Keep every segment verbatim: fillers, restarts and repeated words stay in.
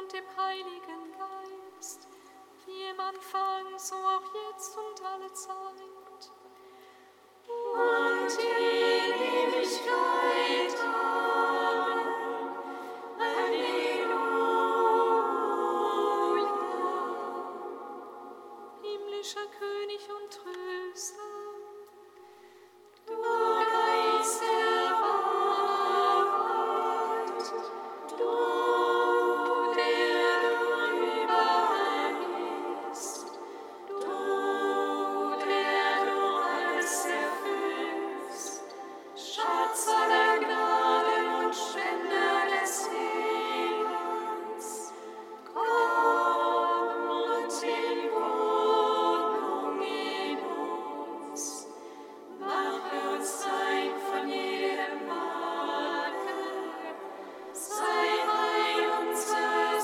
und dem Heiligen Geist, wie im Anfang, so auch jetzt und alle Zeit. Und in Ewigkeit. Amen. Halleluja. Himmlischer König und Tröster, du Geist der Wahrheit, du, der du überall bist, du, der du alles erfüllst, Schatz aller Gnade und Spender des Lebens, komm und nimm Wohnung in uns, mache uns rein von jedem Makel, sei Heil unserer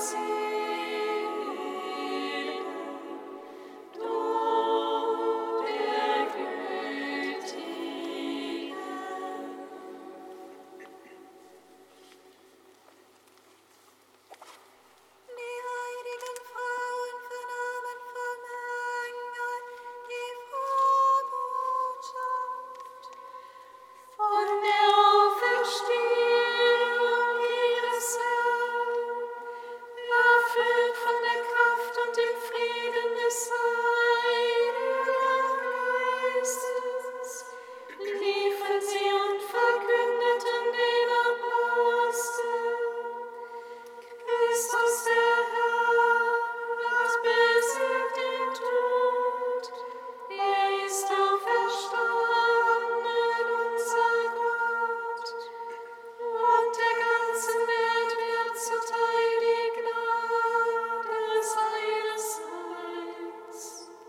Seelen, du, der Gütige. Die heiligen Frauen vernahmen vom Engel die Vorbotschaft Von der Auferstehung ihres Herrn, erfüllt von der Kraft und dem Frieden des Heiligen Geistes, liefen sie und verkündeten den Aposteln: Christus der Herr hat besiegt den Tod, er ist auferstanden, unser Gott, und der ganzen Welt wird zuteil die Gnade seines Heils.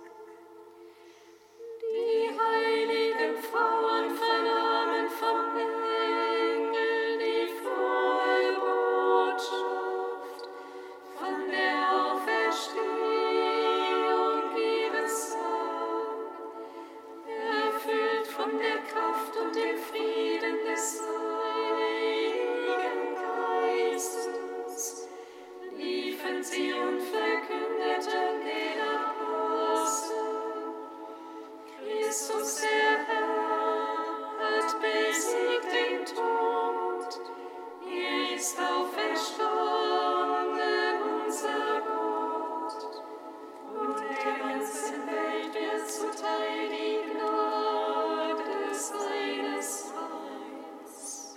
Die heiligen Frauen vernahmen vom Engel die frohe Botschaft von der Auferstehung ihres Herrn, erfüllt von der Kraft und dem Frieden des Heiligen Geistes, liefen sie und verkündeten den Aposteln: Christus der Herr hat besiegt den Tod, er ist auferstanden, unser Gott, und der ganzen Welt wird zuteil die Gnade seines Heils.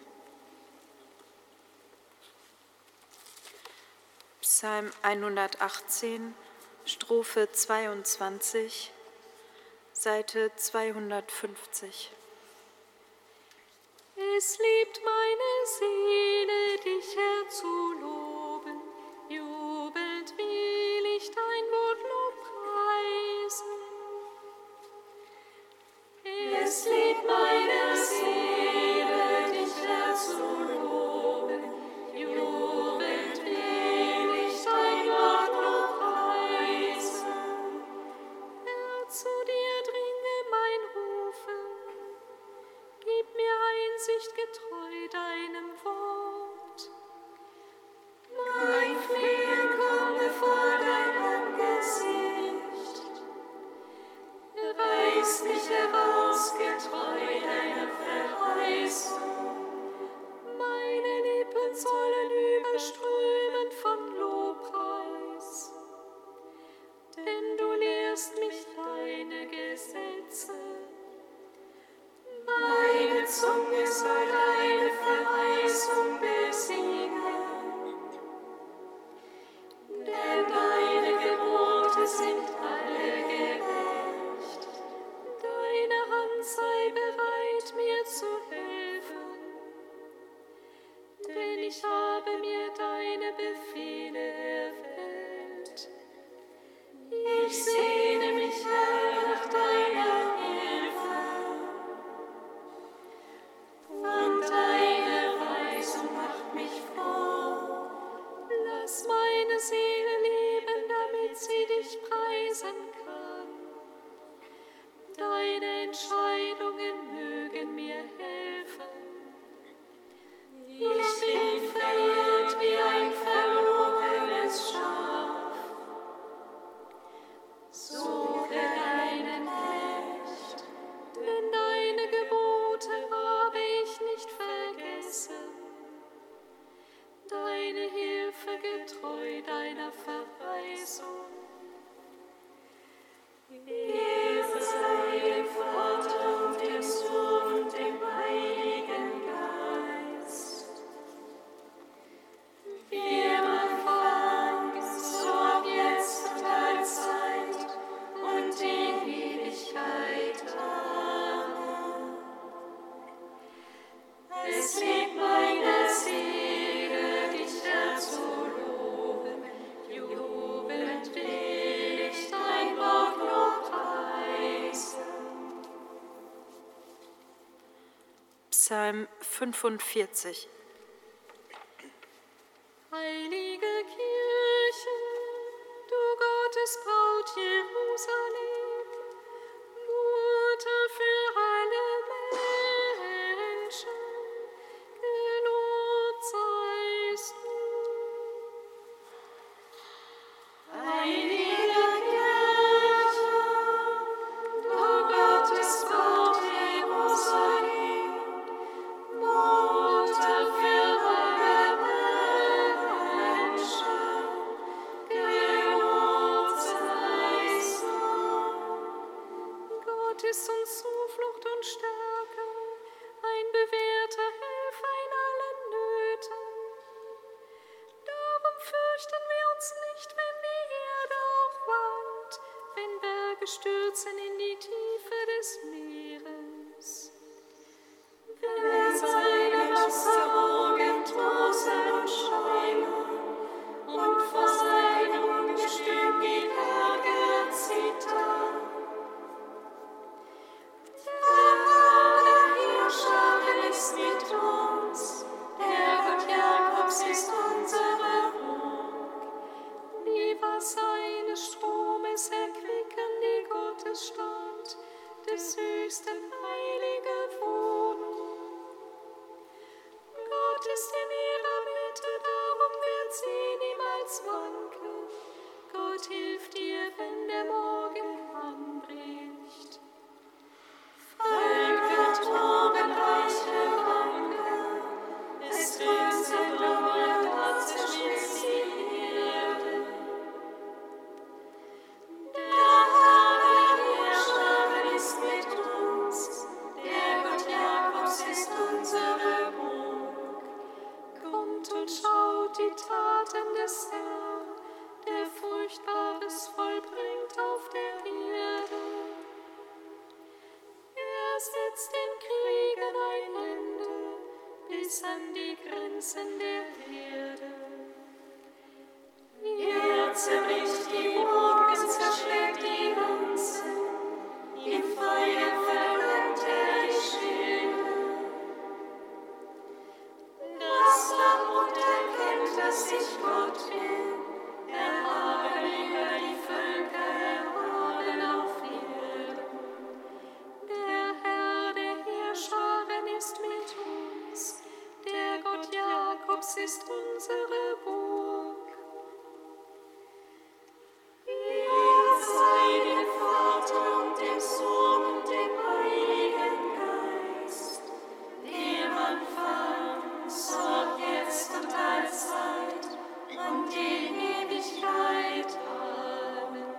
Psalm hundertachtzehn, Strophe zweiundzwanzig, Seite zweihundertfünfzig. Es liebt meine Seele, dich, Herr, zu loben. Jubelnd will ich dein Wort lobpreisen. Es liebt meine Seele, dich, Herr, zu loben. Jubelnd will ich dein Wort lobpreisen. Herr, zu dir dringe mein Rufen. Gib mir Einsicht getreu deinem Wort. Mein Flehen komme vor dein Angesicht. Reiß mich heraus, getreu deiner Verheißung. Meine Lippen sollen überströmen von Lobpreis. Denn du lehrst mich deine Gesetze. Meine Zunge soll deine Verheißung besingen. Denn deine Gebote sind alle gerecht. Deine Hand sei bereit, mir zu helfen. Denn ich habe mir deine Befehle erwählt. Ich sehne mich, Herr, nach deiner Hilfe. Und deine Weisung macht mich froh. Lass meine Seele leben, damit sie dich preisen kann. Deine Entscheidungen mögen mir helfen. Ich bin verirrt wie ein verlorener Psalm fünfundvierzig. Heilige Kirche, du Gottesbraut Jerusalem, Mutter für alle Menschen, gelobt seist du. Heilige Kirche, du Gottesbraut Jerusalem, Mutter für alle Menschen, gelobt seist du. Gott ist uns Zuflucht und Stärke, ein bewährter Helfer in allen Nöten. Darum fürchten wir uns nicht, wenn die Erde auch wankt, wenn Berge stürzen in die Tiefe des Meeres. Wenn seine Wasserwogen tosen und schäumen und vor seinem Ungestüm die Berge erzittern. Der Herr der Heerscharen ist mit uns, der Gott Jakobs ist unsere Burg. Die Wasser eines Stromes erquicken die Gottesstadt, des Höchsten heilige Wohnung. Gott ist in ihrer Mitte, darum wird sie niemals wanken. Gott hilft ihr, wenn der Morgen anbricht. Völker toben, Reiche wanken, es drückt Sendungen, da zerschmilzt die Erde. Der Herr der Heerscharen ist mit uns, der Gott Jakobs ist unsere Burg. Kommt und schaut die Taten des Herrn, der Furchtbares vollbringt auf der Erde. Er setzt den Kriegen ein Ende bis an die Grenzen der Erde. Er zerbricht die Burgen, zerschlägt die Lanzen, im Feuer verbrennt er die Schilde. Das Land erkennt, dass ich Gott bin, erhaben über die Völker, erhaben auf Erden. Der Herr der Heerscharen ist mit uns, der Gott Jakobs ist unsere Burg. Ehre sei dem Vater und dem Sohn und dem Heiligen Geist, dem Anfang, so jetzt und allzeit und in Ewigkeit. Amen.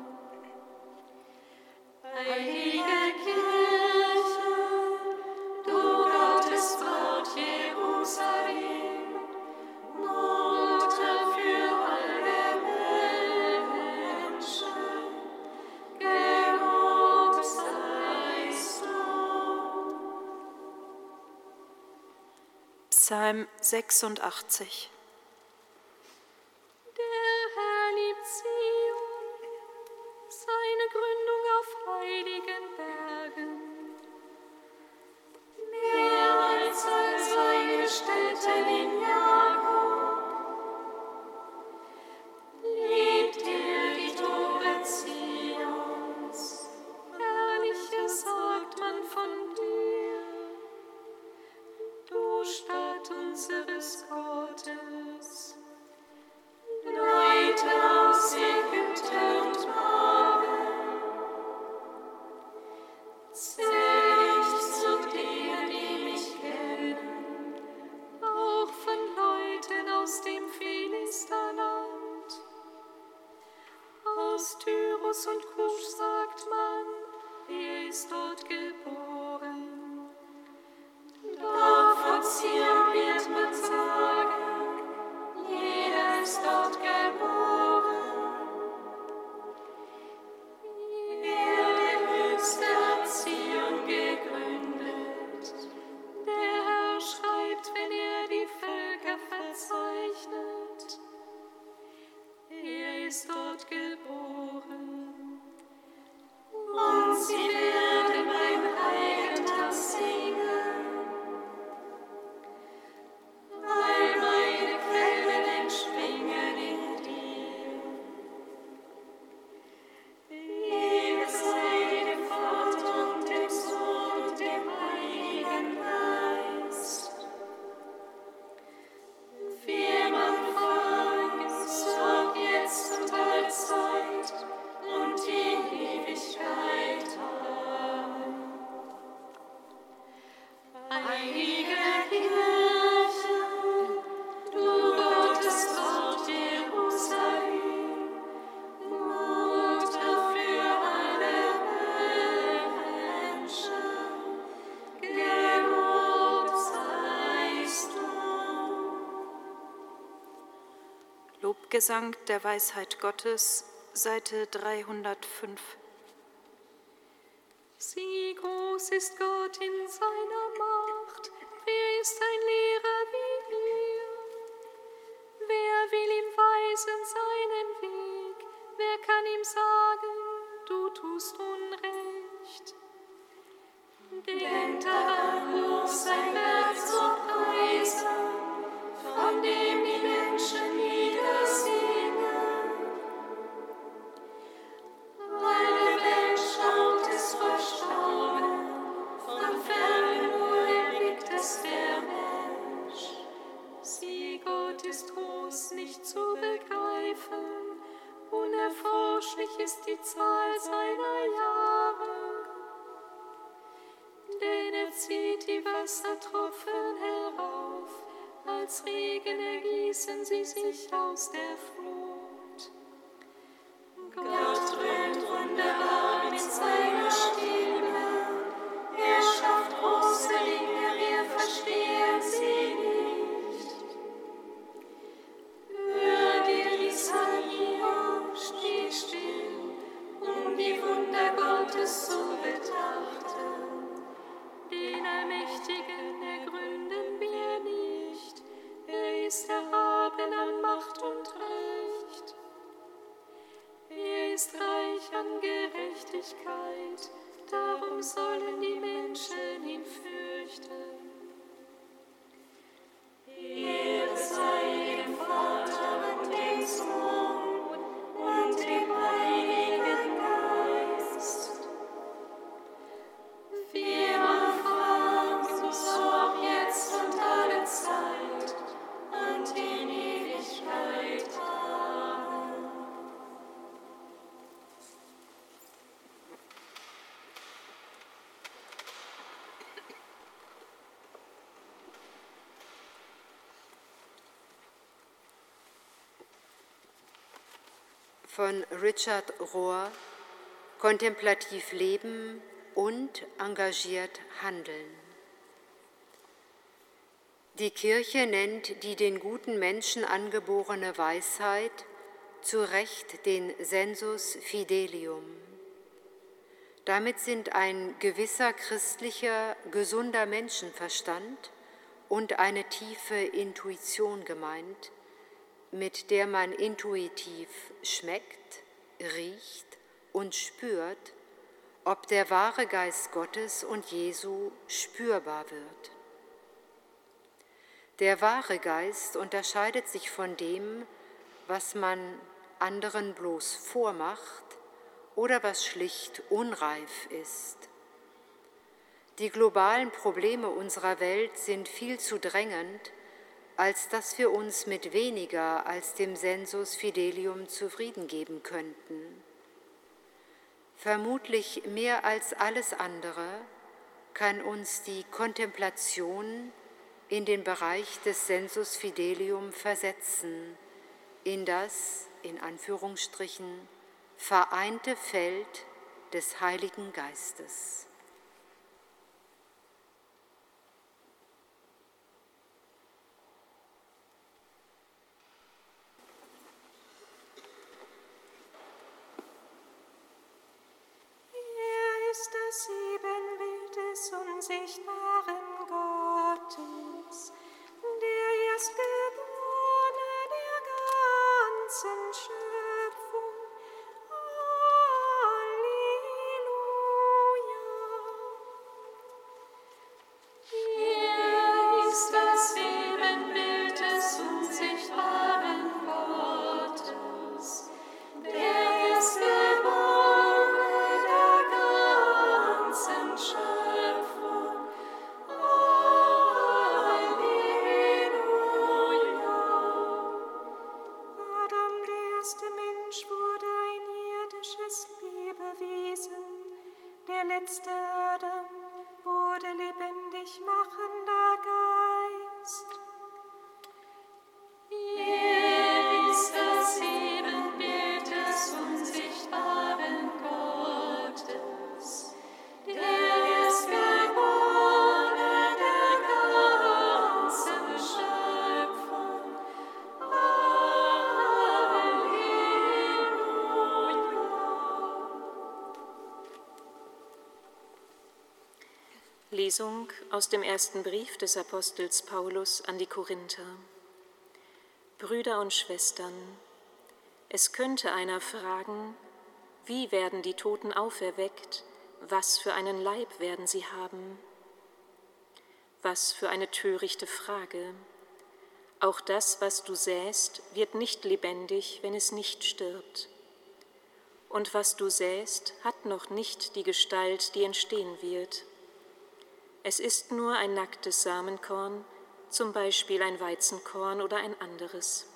Heilige Kirche, du Gottesbraut Jerusalem, Mutter für alle Menschen, gelobt seist du. Psalm sechsundachtzig. Der Herr liebt Zion, seine Gründung auf heiligen Bergen. Mehr als all seine Stätten in Jakob, liebt er die Tore Zions. Herrliches sagt man von dir, du Stadt unseres Gottes. Leute aus Ägypten und Babel, zähl ich zu denen, die mich kennen, Auch von Leuten aus dem Philisterland. Aus Tyrus und Kusch sagt man, er ist dort geboren. doch von Zion wird man sagen, jeder ist dort geboren. Er, der Höchste, hat Zion gegründet. Der Herr schreibt, wenn er die Völker verzeichnet. Er ist dort geboren. Und sie werden beim Heilentag singen. Gesang der Weisheit Gottes, Seite dreihundertfünf. Sieh, groß ist Gott in seiner Macht. Wer ist ein Lehrer wie wir? Wer will ihm weisen seinen Weg? Wer kann ihm sagen, du tust Unrecht? Denkt daran, bloß sein Werk zu preisen, von dem die Menschen Lieder singen. Alle Welt schaut es vor Staunen, von ferne nur erblickt es der Mensch. Sieh, Gott ist groß, nicht zu begreifen, unerforschlich ist die Zahl seiner Jahre. Denn er zieht die Wassertropfen herauf, als Regen ergießen sie sich aus der Flut. Gott dröhnt wunderbar mit seiner Stimme, er schafft große Dinge, wir verstehen sie nicht. Hör dir dies an, Hiob, steh still, um die Wunder Gottes zu betrachten. Den Allmächtigen ergründen wir nicht, er ist erhaben an Macht und Recht. Er ist reich an Gerechtigkeit, darum sollen die Menschen ihn fürchten. Ehre sei dem Vater und dem Sohn und dem Heiligen Geist. Wie am Anfang, so auch jetzt und alle Zeit und in Ewigkeit. Amen. Von Richard Rohr, Kontemplativ leben und engagiert handeln. Die Kirche nennt die den guten Menschen angeborene Weisheit zu Recht den Sensus Fidelium. Damit sind ein gewisser christlicher, gesunder Menschenverstand und eine tiefe Intuition gemeint, mit der man intuitiv schmeckt, riecht und spürt, ob der wahre Geist Gottes und Jesu spürbar wird. Der wahre Geist unterscheidet sich von dem, was man anderen bloß vormacht oder was schlicht unreif ist. Die globalen Probleme unserer Welt sind viel zu drängend, als dass wir uns mit weniger als dem Sensus Fidelium zufrieden geben könnten. Vermutlich mehr als alles andere kann uns die Kontemplation in den Bereich des Sensus Fidelium versetzen, in das, in Anführungsstrichen, vereinte Feld des Heiligen Geistes. Das Ebenbild des unsichtbaren Gottes, der Erstgeborene der ganzen Schöpfung. Halleluja. Er ist das Ebenbild des unsichtbaren Gottes, der Erstgeborene Schöpfung. Halleluja. Adam, der erste Mensch, wurde ein irdisches Lebewesen. Der letzte Adam wurde lebendig machender Geist. Er ist das Ebenbild des unsichtbaren Gottes, der Schöpfung. Halleluja. Lesung aus dem ersten Brief des Apostels Paulus an die Korinther. Brüder und Schwestern, es könnte einer fragen, wie werden die Toten auferweckt, was für einen Leib werden sie haben? Was für eine törichte Frage. Auch das, was du säst, wird nicht lebendig, wenn es nicht stirbt. Und was du säst, hat noch nicht die Gestalt, die entstehen wird. Es ist nur ein nacktes Samenkorn, zum Beispiel ein Weizenkorn oder ein anderes.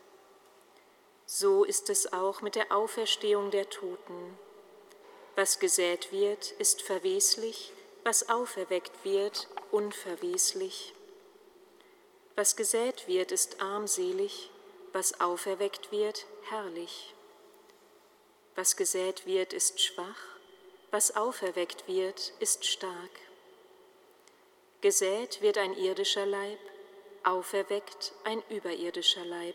So ist es auch mit der Auferstehung der Toten. Was gesät wird, ist verweslich, was auferweckt wird, unverweslich. Was gesät wird, ist armselig, was auferweckt wird, herrlich. Was gesät wird, ist schwach, was auferweckt wird, ist stark. Gesät wird ein irdischer Leib, auferweckt ein überirdischer Leib.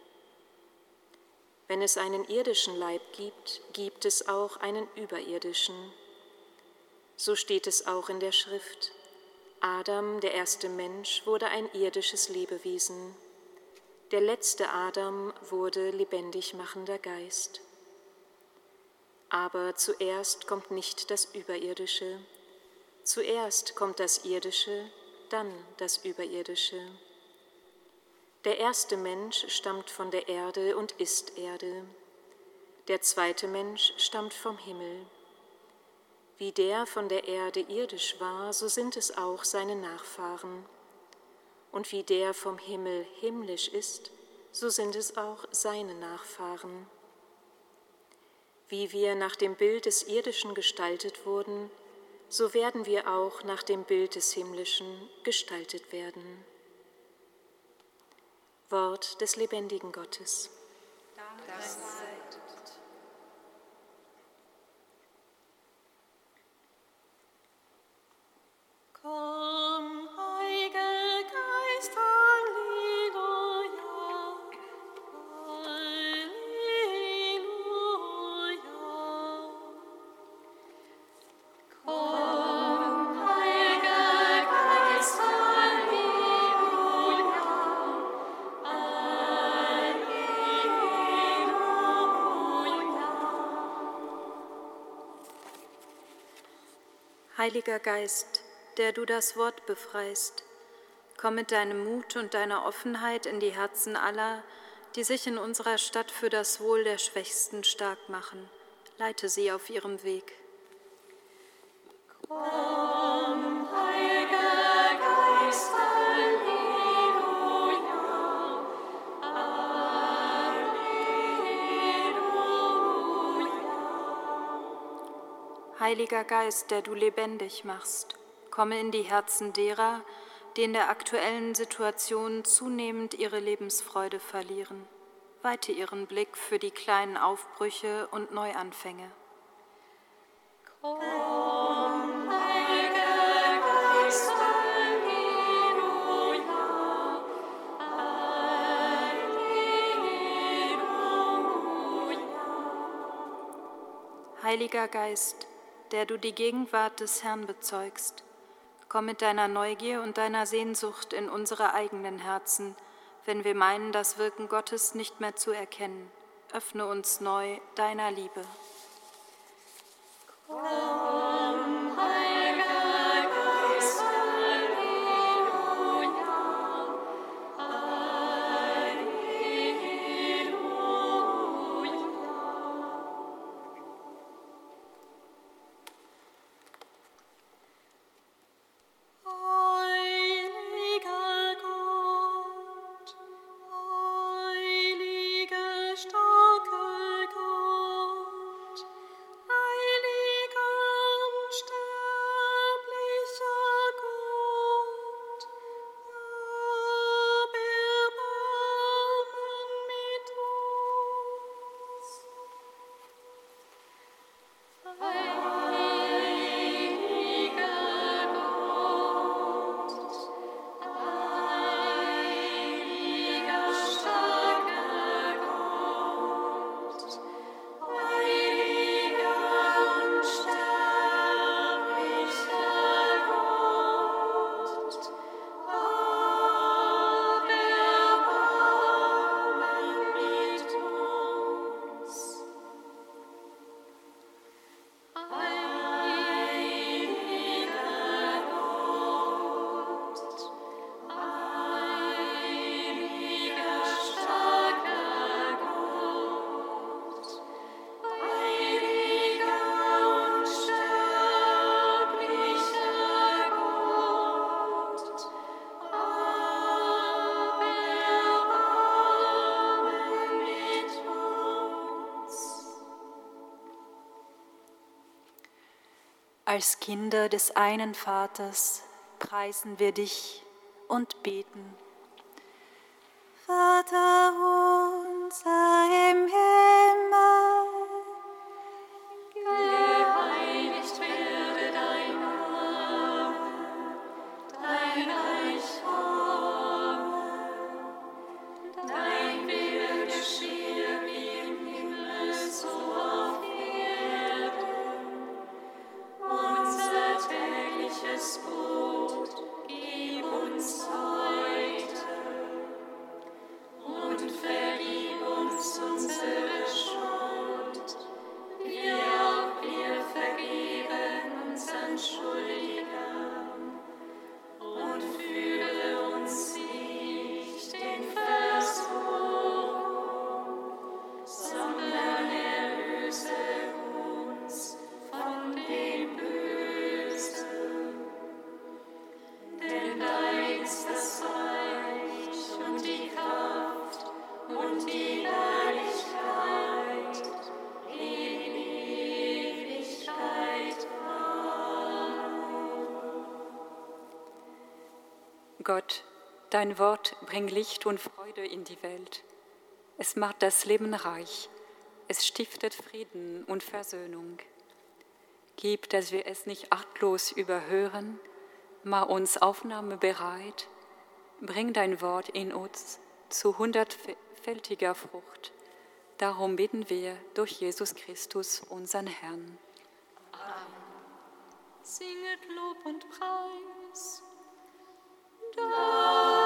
Wenn es einen irdischen Leib gibt, gibt es auch einen überirdischen. So steht es auch in der Schrift. Adam, der erste Mensch, wurde ein irdisches Lebewesen. Der letzte Adam wurde lebendig machender Geist. Aber zuerst kommt nicht das Überirdische. Zuerst kommt das Irdische, dann das Überirdische. Der erste Mensch stammt von der Erde und ist Erde. Der zweite Mensch stammt vom Himmel. Wie der von der Erde irdisch war, so sind es auch seine Nachfahren. Und wie der vom Himmel himmlisch ist, so sind es auch seine Nachfahren. Wie wir nach dem Bild des Irdischen gestaltet wurden, so werden wir auch nach dem Bild des Himmlischen gestaltet werden. Wort des lebendigen Gottes. Dank sei. Komm, Heiliger Geist, Halleluja, Halleluja. Komm, Heiliger Geist, Halleluja, Halleluja. Heiliger Geist, der du das Wort befreist, komm mit deinem Mut und deiner Offenheit in die Herzen aller, die sich in unserer Stadt für das Wohl der Schwächsten stark machen. Leite sie auf ihrem Weg. Komm, Heiliger Geist, Halleluja, Halleluja. Heiliger Geist, der du lebendig machst, komme in die Herzen derer, die in der aktuellen Situation zunehmend ihre Lebensfreude verlieren. Weite ihren Blick für die kleinen Aufbrüche und Neuanfänge. Komm, Heiliger Geist, Halleluja, Halleluja. Heiliger Geist, der du die Gegenwart des Herrn bezeugst, komm mit deiner Neugier und deiner Sehnsucht in unsere eigenen Herzen, wenn wir meinen, das Wirken Gottes nicht mehr zu erkennen. Öffne uns neu deiner Liebe. Komm, Heiliger Geist, Halleluja, Halleluja. Heiliger Gott, heiliger, starker Gott, heiliger und starker Als Kinder des einen Vaters preisen wir dich und beten. Vater unser im Himmel, geheiligt werde dein Name, dein Reich komme, dein Wille geschehe wie im Himmel, so auf Erden. Unser tägliches Brot gib uns heute und vergib uns unsere Schuld, wie auch wir vergeben unseren Schuldigern. Und führe uns nicht in Versuchung, sondern erlöse uns von dem Bösen. Denn dein ist das Reich und die Kraft und die Herrlichkeit in Ewigkeit. Gott, dein Wort bringt Licht und Freude in die Welt. Es macht das Leben reich. Es stiftet Frieden und Versöhnung. Gib, dass wir es nicht achtlos überhören, mach uns aufnahmebereit. Bring dein Wort in uns zu hundertfältiger Frucht. Darum bitten wir durch Jesus Christus, unseren Herrn. Singet Lob und Preis. Da